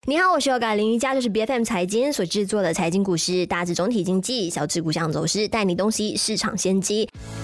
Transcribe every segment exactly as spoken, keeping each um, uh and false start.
你好，我是有感林瑜伽，就是 B F M 财经所制作的财经股市，大致总体经济，小至股项走势，带你洞悉市场先机。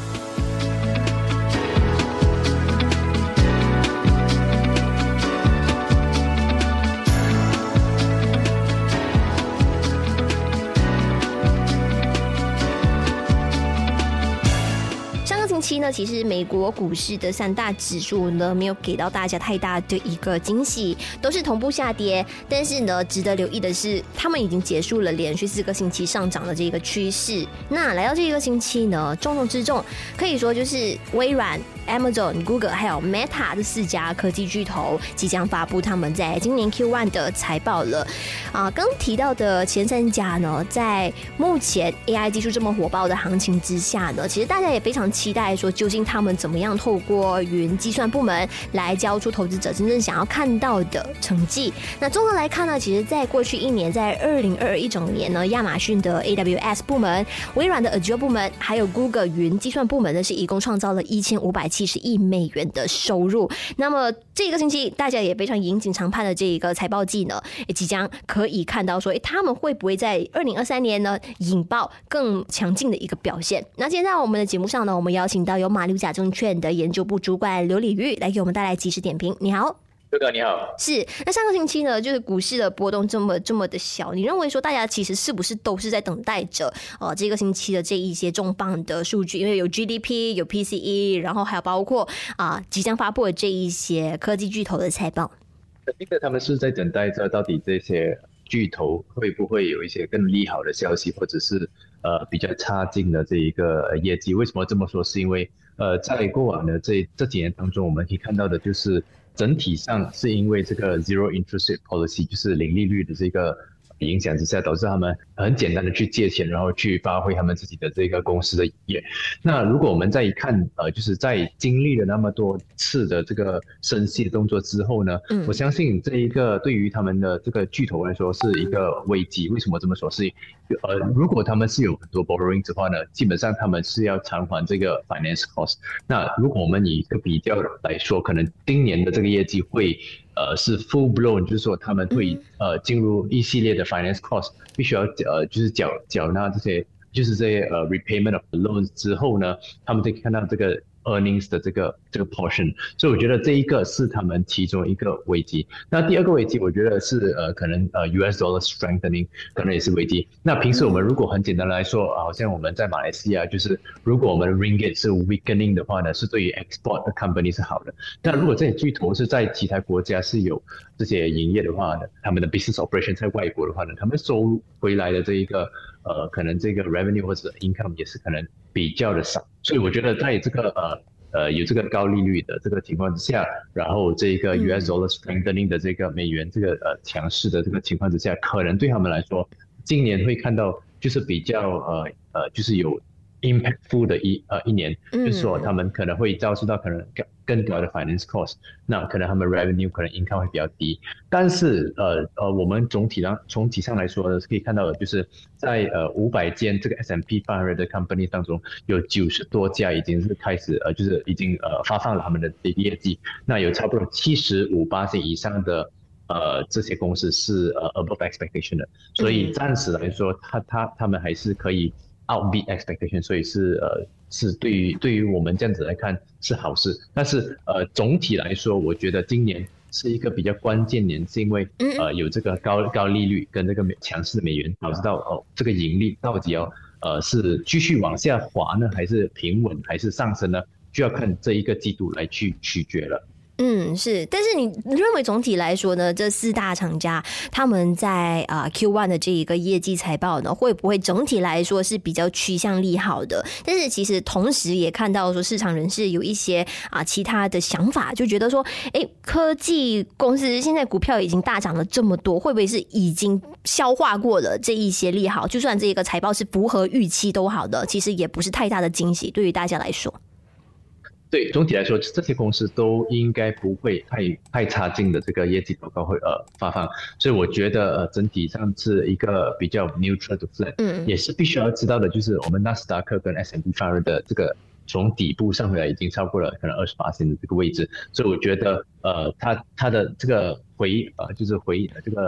期呢，其实美国股市的三大指数呢，没有给到大家太大的一个惊喜，都是同步下跌。但是呢，值得留意的是，他们已经结束了连续四个星期上涨的这个趋势。那来到这个星期呢，重中之重可以说就是微软、Amazon、Google 还有 Meta 这四家科技巨头即将发布他们在今年 Q 一 的财报了。啊，刚提到的前三家呢，在目前 A I 技术这么火爆的行情之下呢，其实大家也非常期待说究竟他们怎么样透过云计算部门来交出投资者真正想要看到的成绩。那综合来看呢，其实在过去一年，在二零二二一整年呢，亚马逊的 A W S 部门、微软的 Azure 部门还有 Google 云计算部门呢，是一共创造了一千五百七十亿美元的收入。那么这个星期大家也非常引颈长盼的这一个财报季呢，也即将可以看到说，诶，他们会不会在二零二三年呢引爆更强劲的一个表现？那今天在我们的节目上呢，我们邀请到有马六甲证券的研究部主管刘礼玉来给我们带来即时点评。你好。 哥哥你好。 是，那上个星期呢，就是股市的波动这么这么的小，你认为说大家其实是不是都是在等待着呃这个星期的这一些重磅的数据？因为有 G D P 有 P C E， 然后还有包括啊、呃、即将发布的这一些科技巨头的财报。 肯定的，他们是在等待着到底这些巨头会不会有一些更利好的消息，或者是呃比较差劲的这一个业绩。为什么这么说？是因为呃在过往的这这几年当中，我们可以看到的就是整体上是因为这个 zero interest rate policy， 就是零利率的这个影响之下，导致他们很简单的去借钱，然后去发挥他们自己的这个公司的营业。那如果我们再一看，呃，就是在经历了那么多次的这个升息的动作之后呢，嗯、我相信这一个对于他们的这个巨头来说是一个危机。为什么这么说？是呃，如果他们是有很多 borrowing 的话呢，基本上他们是要偿还这个 finance cost。那如果我们以一个比较来说，可能今年的这个业绩会呃是 full blown， 就是说他们会呃进入一系列的 finance cost， 必须要呃就是缴缴纳这些就是这些呃 repayment of the loans 之后呢，他们可以看到这个 earnings 的这个这个 portion， 所以我觉得这一个是他们其中一个危机。那第二个危机，我觉得是呃可能呃 U S dollar strengthening 可能也是危机。那平时我们如果很简单来说，好像我们在马来西亚，就是如果我们的 ringgit 是 weakening 的话呢，是对于 export 的 company 是好的。但如果这些巨头是在其他国家是有这些营业的话呢，他们的 business operation 在外国的话呢，他们收入回来的这一个呃可能这个 revenue 或者 income 也是可能比较的少。所以我觉得在这个呃呃有这个高利率的这个情况之下，然后这个 U S dollar strengthening 的这个美元这个呃强势的这个情况之下，可能对他们来说，今年会看到就是比较呃呃就是有 impactful 的一呃一年，就是说他们可能会遭受到可能更高的 finance cost， 那可能他们 revenue 可能 income 会比较低。但是呃呃我们总体上总体上来说呢，可以看到的就是在呃五百间这个 S and P five hundred 的 company 当中，有九十多家已经是开始呃就是已经呃发放了他们的业绩，那有差不多七十五%以上的呃这些公司是呃 above expectation 的，所以暂时来说，他他他们还是可以outbeat expectation， 所以是呃是对于对于我们这样子来看是好事。但是呃总体来说，我觉得今年是一个比较关键年，是因为呃有这个高高利率跟这个强势的美元，导致到哦这个盈利到底要呃是继续往下滑呢，还是平稳，还是上升呢？就要看这一个季度来去取决了。 嗯，是，但是你认为总体来说呢，这四大厂家他们在啊、呃、Q 一 的这一个业绩财报呢，会不会整体来说是比较趋向利好的？但是其实同时也看到说市场人士有一些啊、呃、其他的想法，就觉得说，哎，科技公司现在股票已经大涨了这么多，会不会是已经消化过了这一些利好？就算这个财报是符合预期都好的，其实也不是太大的惊喜，对于大家来说。 对，总体来说，这些公司都应该不会太太差劲的这个业绩报告会呃发放，所以我觉得呃整体上是一个比较 neutral 的 flat， 嗯，也是必须要知道的，就是我们纳斯达克跟 S and P five hundred 的这个从底部上回来已经超过了可能 百分之二十 的这个位置，所以我觉得呃它它的这个回呃就是回这个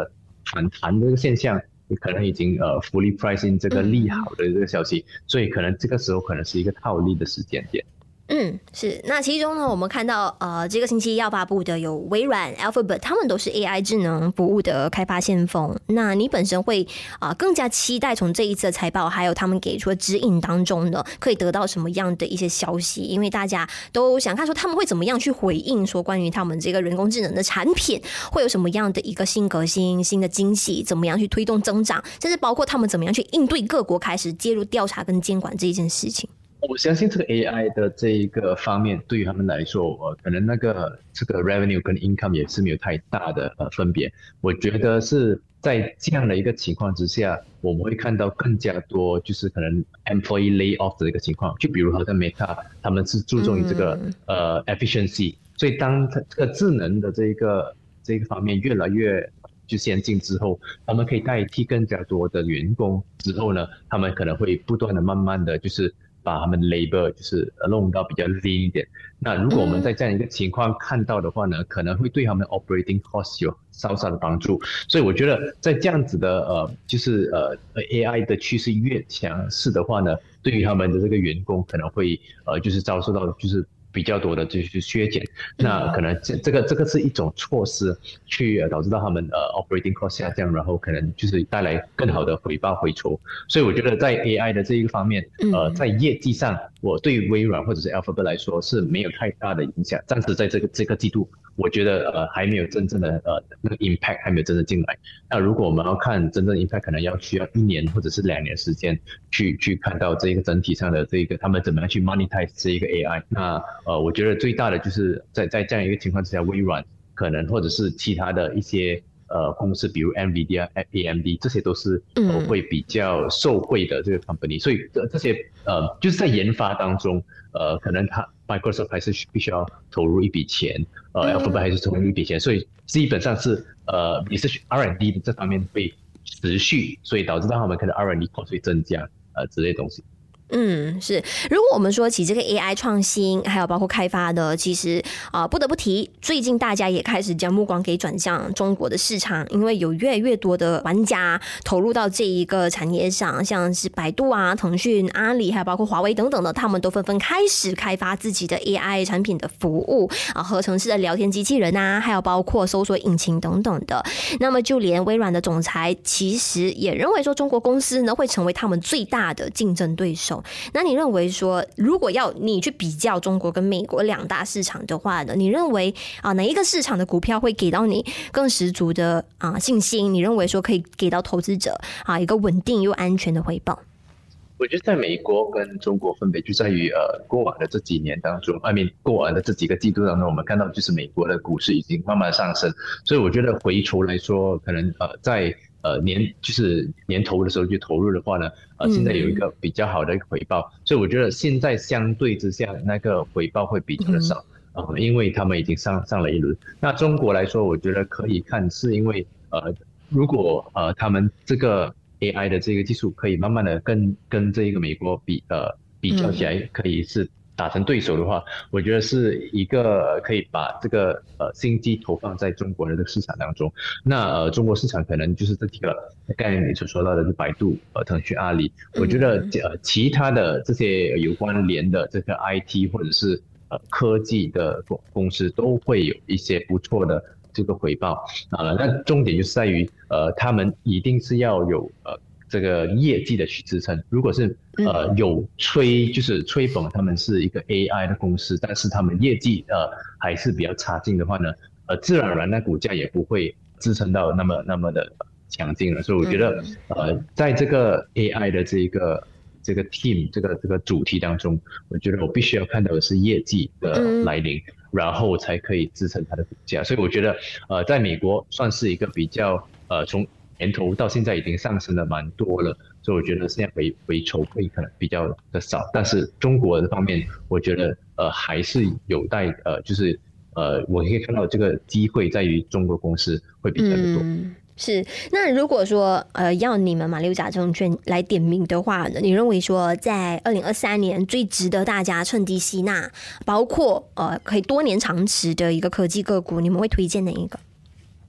反弹的这个现象，可能已经呃 fully price in 这个利好的这个消息，嗯、所以可能这个时候可能是一个套利的时间点。 嗯，是。那其中呢，我们看到呃，这个星期要发布的有微软、Alphabet， 他们都是 A I 智能服务的开发先锋。那你本身会啊、呃、更加期待从这一次的财报，还有他们给出的指引当中呢，可以得到什么样的一些消息？因为大家都想看说他们会怎么样去回应，说关于他们这个人工智能的产品会有什么样的一个新革新、新的惊喜，怎么样去推动增长，甚至包括他们怎么样去应对各国开始介入调查跟监管这一件事情。 我相信这个 A I 的这一个方面，对于他们来说，呃，可能那个这个 revenue 跟 income 也是没有太大的呃分别。我觉得是在这样的一个情况之下，我们会看到更加多就是可能 employee lay off 的一个情况。就比如好像 Meta， 他们是注重于这个、嗯、呃 efficiency， 所以当这个智能的这个这个方面越来越就先进之后，他们可以代替更加多的员工之后呢，他们可能会不断的慢慢的就是把他们 labor 就是弄到比较 lean 一点。那如果我们在这样一个情况看到的话呢，可能会对他们 operating cost 有稍稍的帮助。所以我觉得在这样子的呃，就是呃 A I 的趋势越强势的话呢，对于他们的这个员工可能会呃就是遭受到就是比较多的就是削减，那可能这这个这个是一种措施，去导致到他们呃 operating cost 下降，然后可能就是带来更好的回报回酬。所以我觉得在 A I 的这一个方面，呃，在业绩上，我对于微软或者是 Alphabet 来说是没有太大的影响。暂时在这个这个季度，我觉得呃还没有真正的呃那个 impact 还没有真正进来。那如果我们要看真正 impact， 可能要需要一年或者是两年时间去去看到这个整体上的这个他们怎么样去 monetize 这一个 A I。那呃，我觉得最大的就是在在这样一个情况之下，微软可能或者是其他的一些呃公司，比如 Nvidia、A M D， 这些都是呃会比较受惠的这个 company。所以这这些呃就是在研发当中，呃，可能它 Microsoft 还是必须要投入一笔钱，呃 Alphabet 还是投入一笔钱，所以基本上是呃也是 R and D 的这方面会持续，所以导致到他们可能 R and D cost 会增加呃之类的东西。 嗯，是。如果我们说起这个 A I 创新，还有包括开发的，其实啊、呃，不得不提，最近大家也开始将目光给转向中国的市场，因为有越来越多的玩家投入到这一个产业上，像是百度啊、腾讯、阿里，还有包括华为等等的，他们都纷纷开始开发自己的 A I 产品的服务啊，合成式的聊天机器人啊，还有包括搜索引擎等等的。那么就连微软的总裁其实也认为说，中国公司呢会成为他们最大的竞争对手。那你认为说，如果要你去比较中国跟美国两大市场的话呢，你认为啊哪一个市场的股票会给到你更十足的啊信心？你认为说可以给到投资者啊一个稳定又安全的回报？ 我觉得在美国跟中国分别就在于呃过往的这几年当中 I mean 过往的这几个季度当中，我们看到就是美国的股市已经慢慢上升，所以我觉得回酬来说，可能呃在呃年就是年头的时候就投入的话呢，呃现在有一个比较好的一个回报，嗯、所以我觉得现在相对之下那个回报会比较的少，嗯、呃，因为他们已经上上了一轮。那中国来说，我觉得可以看是因为呃如果呃他们这个 A I 的这个技术可以慢慢的跟跟这个美国比呃比较起来，可以是打成对手的话，我觉得是一个可以把这个呃新机投放在中国的这个市场当中。那呃中国市场可能就是这几个刚才你所说到的是百度、呃腾讯、阿里，我觉得呃其他的这些有关联的这个 I T 或者是呃科技的公司都会有一些不错的这个回报啊。那重点就是在于呃他们一定是要有呃这个业绩的去支撑。如果是呃有吹就是吹捧他们是一个 A I 的公司，但是他们业绩呃还是比较差劲的话呢，呃自然而然那股价也不会支撑到那么那么的强劲了。所以我觉得呃在这个 A I 的这个这个 team 这个这个主题当中，我觉得我必须要看到的是业绩的来临，然后才可以支撑它的股价。所以我觉得呃在美国算是一个比较呃从年头到现在已经上升了蛮多了，所以我觉得现在回回酬会可能比较的少，但是中国的方面，我觉得呃还是有待呃就是呃我可以看到这个机会在于中国公司会比较的多。 嗯是，那如果说呃要你们马六甲证券来点名的话呢，你认为说在二零二三年最值得大家趁机吸纳，包括呃可以多年长持的一个科技个股，你们会推荐哪一个？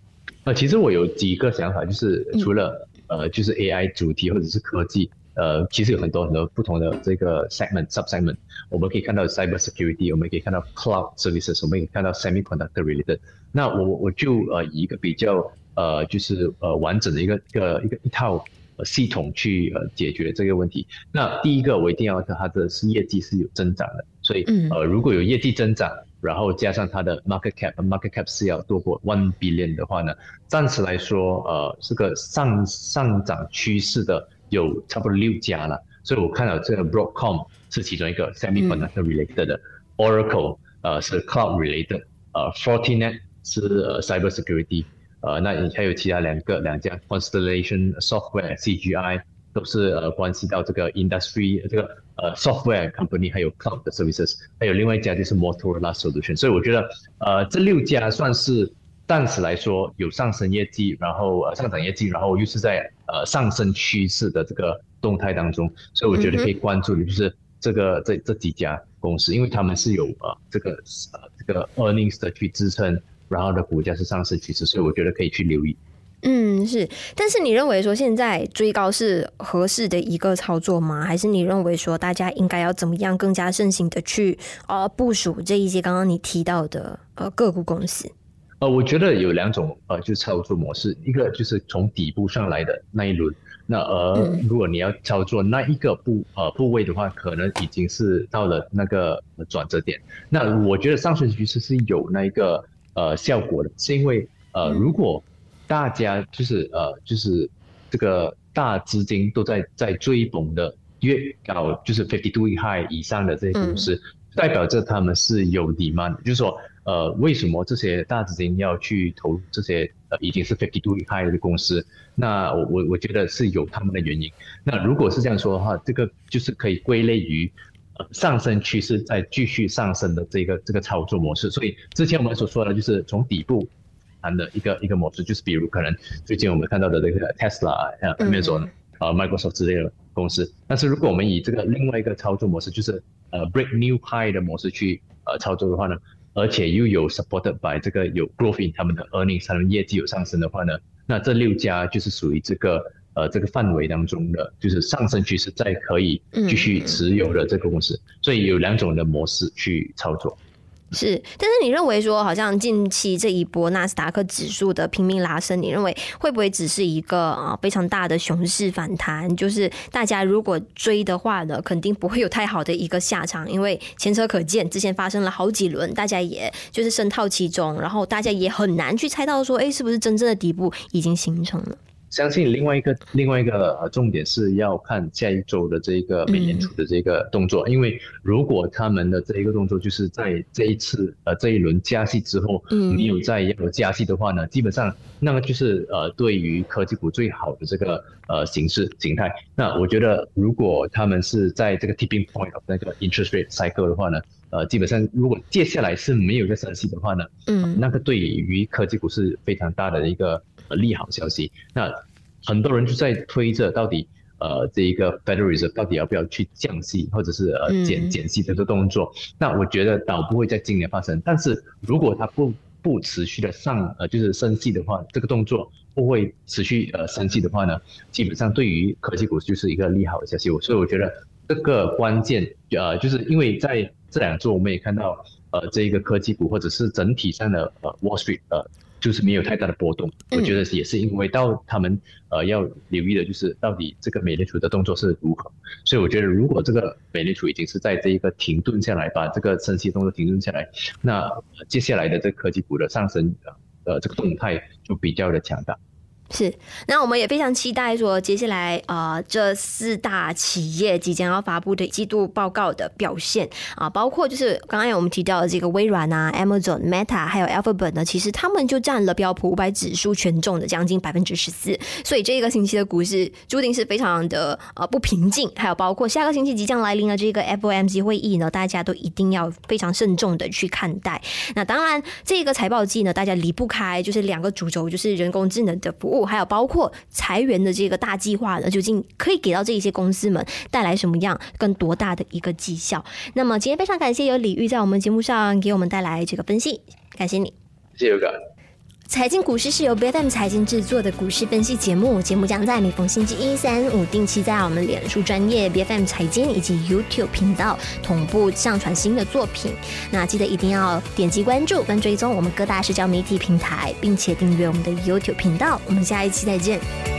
呃，其实我有几个想法，就是除了、嗯、呃，就是 A I 主题或者是科技，呃，其实有很多很多不同的这个 segment sub segment， 我们可以看到 cyber security， 我们可以看到 cloud services， 我们可以看到 semiconductor related。那我我就呃以一个比较呃就是呃完整的一个一个一个一套呃系统去呃解决这个问题。那第一个我一定要它的是业绩是有增长的，所以呃如果有业绩增长，然后加上它的 market cap，market cap 是要多过 one billion 的话呢，暂时来说，呃，这个上上涨趋势的有差不多六家了，所以我看到这个 Broadcom 是其中一个 semiconductor related 的、嗯、，Oracle 呃是 cloud related， 呃 Fortinet 是、呃、cyber security， 呃，那还有其他两个两家 Constellation Software、C G I 都是呃关系到这个 industry 这个。呃 ，software company 还有 cloud 的 services， 还有另外一家就是 Motorola Solution， 所以我觉得，呃，这六家算是暂时来说有上升业绩，然后呃上涨业绩，然后又是在呃上升趋势的这个动态当中，所以我觉得可以关注的就是这个这这几家公司，因为他们是有呃这个呃这个 earnings 的去支撑，然后的股价是上升趋势，所以我觉得可以去留意。 嗯，是，但是你认为说现在追高是合适的一个操作吗？还是你认为说大家应该要怎么样更加慎行的去呃部署这一些刚刚你提到的呃个股公司？ 呃，我觉得有两种呃，就是操作模式，一个就是从底部上来的那一轮，那呃，如果你要操作那一个部呃部位的话，可能已经是到了那个转折点。那我觉得上升趋势是有那一个呃效果的，是因为呃如果大家就是呃就是这个大资金都在在追捧的越高，就是 五十 week high 以上的这些公司，嗯、代表着他们是有 demand， 就是说呃为什么这些大资金要去投入这些呃已经是 五十 week high 的公司？那我我我觉得是有他们的原因。那如果是这样说的话，这个就是可以归类于呃上升趋势在继续上升的这个这个操作模式。所以之前我们所说的就是从底部的一个一个模式，就是比如可能最近我们看到的这个 Tesla、Amazon、呃 Microsoft 之类的公司。但是如果我们以这个另外一个操作模式，就是呃 break new high 的模式去呃操作的话呢，而且又有 supported by 这个有 growth in 他们的 earnings， 他们业绩有上升的话呢，那这六家就是属于这个呃这个范围当中的，就是上升趋势再可以继续持有的这个公司。所以有两种的模式去操作。 是，但是你认为说，好像近期这一波纳斯达克指数的拼命拉升，你认为会不会只是一个啊非常大的熊市反弹？就是大家如果追的话呢，肯定不会有太好的一个下场，因为前车可鉴，之前发生了好几轮，大家也就是深套其中，然后大家也很难去猜到说，哎，是不是真正的底部已经形成了？ 相信另外一个另外一个呃重点是要看下一周的这个美联储的这个动作，嗯、因为如果他们的这一个动作就是在这一次呃这一轮加息之后，没有再要加息的话呢，基本上那个就是呃对于科技股最好的这个呃形式形态。那我觉得如果他们是在这个 tipping point of 那个 interest rate cycle 的话呢，呃基本上如果接下来是没有再升息的话呢，嗯，那个对于科技股是非常大的一个利好消息。那很多人就在推着到底呃这一个 Federal Reserve 到底要不要去降息或者是呃减减息的这个动作。那我觉得倒不会在今年发生，但是如果它不不持续的上呃就是升息的话，这个动作不会持续呃升息的话呢，基本上对于科技股就是一个利好的消息。所以我觉得这个关键呃就是因为在这两周我们也看到呃这一个科技股或者是整体上的呃 Wall Street 呃就是没有太大的波动，我觉得也是因为到他们呃要留意的就是到底这个美联储的动作是如何。所以我觉得如果这个美联储已经是在这一个停顿下来，把这个升息动作停顿下来，那接下来的这个科技股的上升呃这个动态就比较的强大。 是，那我们也非常期待说接下来呃这四大企业即将要发布的季度报告的表现啊，包括就是刚才我们提到的这个微软啊、Amazon、Meta 还有 Alphabet 呢，其实他们就占了标普五百指数权重的将近百分之十四，所以这个星期的股市注定是非常的呃不平静。还有包括下个星期即将来临的这个 F O M C 会议呢，大家都一定要非常慎重的去看待。那当然这个财报季呢，大家离不开就是两个主轴，就是人工智能的服务，还有包括裁员的这个大计划呢，究竟可以给到这一些公司们带来什么样更多大的一个绩效。那么今天非常感谢有李玉在我们节目上给我们带来这个分析，感谢你。 谢谢有感。 财经股市是由 B F M 财经制作的股市分析节目，节目将在每逢星期一、三、五定期在我们脸书专页 B F M 财经以及 YouTube 频道同步上传新的作品。那记得一定要点击关注跟追踪我们各大社交媒体平台，并且订阅我们的 YouTube 频道。我们下一期再见。